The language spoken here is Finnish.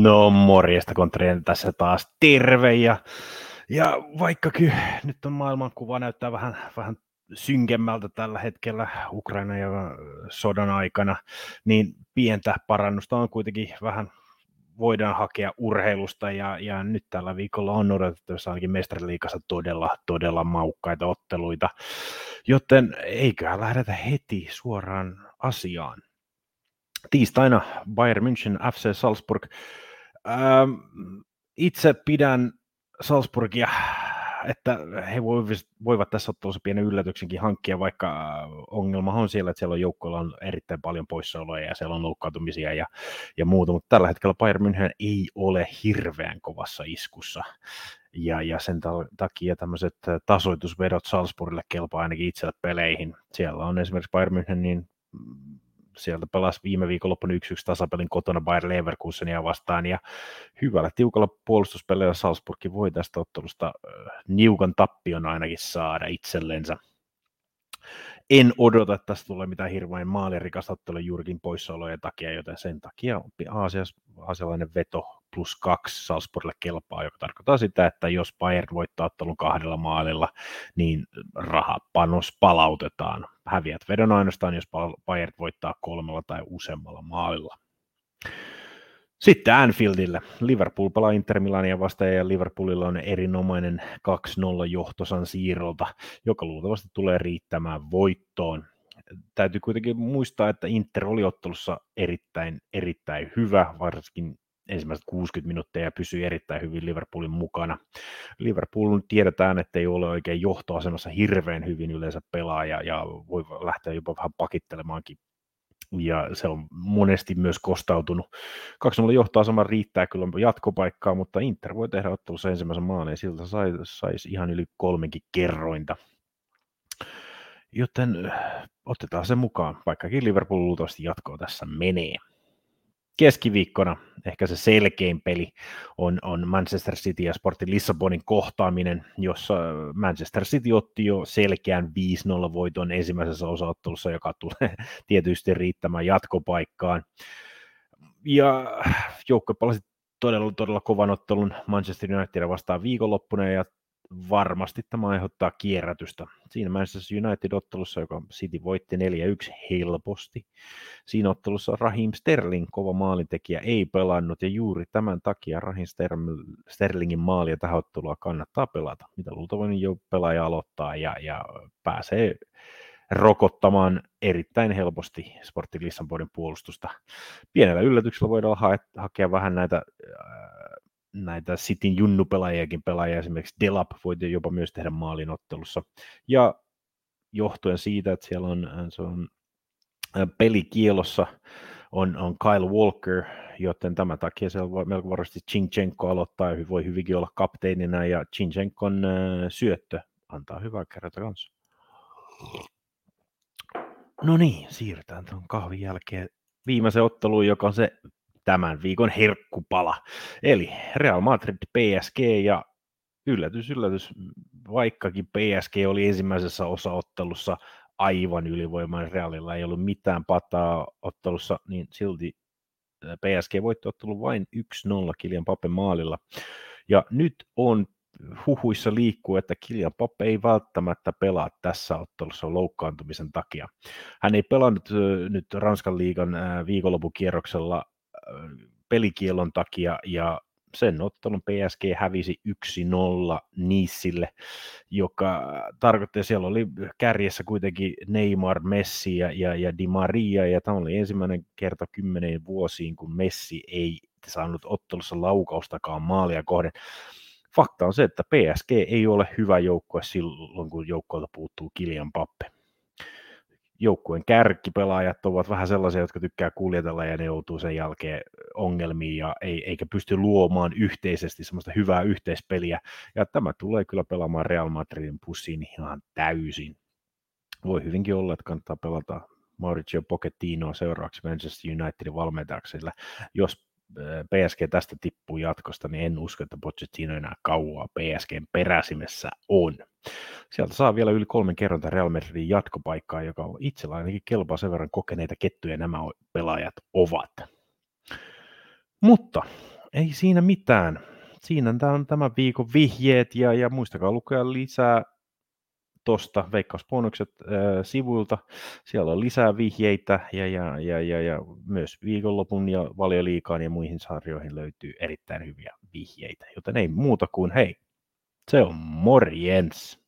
No morjesta, Kontreen tässä taas terve ja vaikkakin nyt on maailmankuva näyttää vähän synkemmältä tällä hetkellä Ukraina ja sodan aikana, niin pientä parannusta on kuitenkin vähän voidaan hakea urheilusta ja nyt tällä viikolla on odotettavissa ainakin Mestariliigassa todella maukkaita otteluita, joten eiköhän lähdetä heti suoraan asiaan. Tiistaina Bayern München FC Salzburg. Itse pidän Salzburgia, että he voivat tässä ottelussa pienen yllätyksenkin hankkia, vaikka ongelma on siellä, että siellä on joukkoilla on erittäin paljon poissaoloja ja siellä on loukkaantumisia ja muuta, mutta tällä hetkellä Bayern München ei ole hirveän kovassa iskussa. Ja sen takia tämmöiset tasoitusvedot Salzburgille kelpaa ainakin itselle peleihin. Siellä on esimerkiksi Bayern München, niin sieltä pelasi viime viikonloppuna 1-1 tasapelin kotona Bayer Leverkusenia vastaan, ja hyvällä tiukalla puolustuspelillä Salzburgkin voi tästä ottelusta niukan tappion ainakin saada itsellensä. En odota, että tästä tulee mitään hirveän maalirikasta ottelua juurikin poissaolojen takia, joten sen takia aasialainen veto +2 Salzburgille kelpaa, joka tarkoittaa sitä, että jos Bayern voittaa ottelun 2 maalilla, niin rahapanos palautetaan. Häviät vedon ainoastaan, jos Bayern voittaa 3 tai useammalla maalilla. Sitten Anfieldille. Liverpool pelaa Inter Milania vastaan ja Liverpoolilla on erinomainen 2-0 johto San Sirolta, joka luultavasti tulee riittämään voittoon. Täytyy kuitenkin muistaa, että Inter oli ottelussa erittäin hyvä, varsinkin ensimmäiset 60 minuuttia ja pysyi erittäin hyvin Liverpoolin mukana. Liverpool tiedetään, että ei ole oikein johtoasemassa hirveän hyvin yleensä pelaaja ja voi lähteä jopa vähän pakittelemaankin. Ja se on monesti myös kostautunut. 2-0 johtoasema riittää kyllä jatkopaikkaa, mutta Inter voi tehdä ottelussa ensimmäisen maalin ja siltä saisi ihan yli 3 kerrointa. Joten otetaan se mukaan, vaikkakin Liverpool luultavasti jatkoa tässä menee. Keskiviikkona ehkä se selkein peli on Manchester City ja Sporting Lissabonin kohtaaminen, jossa Manchester City otti jo selkeän 5-0 voiton ensimmäisessä osaottelussa, joka tulee tietysti riittämään jatkopaikkaan. Ja joukko palasi todella kovan ottelun Manchester Unitedia vastaan viikonloppuna ja varmasti tämä aiheuttaa kierrätystä. Siinä Manchester United-ottelussa, joka City voitti 4-1 helposti. Siinä ottelussa Raheem Sterling, kova maalintekijä, ei pelannut ja juuri tämän takia Raheem Sterlingin maalia tähän ottelua kannattaa pelata. Mitä luultavasti jo pelaaja aloittaa ja pääsee rokottamaan erittäin helposti Sporting Lissabonin puolustusta. Pienellä yllätyksellä voidaan hakea vähän näitä Cityn junnupelaajiakin pelaajia, esimerkiksi Delap voi jopa myös tehdä maalin ottelussa. Ja johtuen siitä, että siellä on pelikielossa on Kyle Walker, joten tämän takia siellä melko varmasti Zinchenko aloittaa ja voi hyvinkin olla kapteenina, ja Zinchenkon syöttö antaa hyvää kerrota kanssa. No niin, siirrytään tuon kahvin jälkeen viimeiseen otteluun, joka on se tämän viikon herkkupala, eli Real Madrid PSG, ja yllätys, vaikkakin PSG oli ensimmäisessä osaottelussa aivan ylivoimainen, Realilla ei ollut mitään pataa ottelussa, niin silti PSG voitti ottelun vain 1-0 Kylian Mbappén maalilla, ja nyt on huhuissa liikkuu, että Kylian Mbappé ei välttämättä pelaa tässä ottelussa loukkaantumisen takia. Hän ei pelannut nyt Ranskan liigan viikonlopukierroksella pelikielon takia, ja sen ottelun PSG hävisi 1-0 Nicelle, joka tarkoitti, että siellä oli kärjessä kuitenkin Neymar, Messi ja Di Maria, ja tämä oli ensimmäinen kerta 10 vuosiin, kun Messi ei saanut ottelussa laukaustakaan maalia kohden. Fakta on se, että PSG ei ole hyvä joukkue silloin, kun joukkoilta puuttuu Kylian Mbappé. Joukkueen kärkipelaajat ovat vähän sellaisia, jotka tykkää kuljetella ja ne joutuu sen jälkeen ongelmiin ja eikä pysty luomaan yhteisesti semmoista hyvää yhteispeliä. Ja tämä tulee kyllä pelaamaan Real Madridin pussiin ihan täysin. Voi hyvinkin olla, että kannattaa pelata Mauricio Pochettinoa seuraavaksi Manchester Unitedin valmentajaksi, sillä jos PSG tästä tippuu jatkosta, niin en usko, että Pochettino enää kauaa PSGn peräsimessä on. Sieltä saa vielä yli 3 kerronta Real Madridin jatkopaikkaa, joka on itsellä ainakin kelpaa sen verran kokeneita kettuja nämä pelaajat ovat. Mutta Ei siinä mitään. Siinä on tämän viikon vihjeet ja muistakaa lukea lisää tuosta Veikkausbonukset sivuilta. Siellä on lisää vihjeitä ja myös viikonlopun ja Valioliigaan ja muihin sarjoihin löytyy erittäin hyviä vihjeitä. Joten ei muuta kuin hei, se on morjens!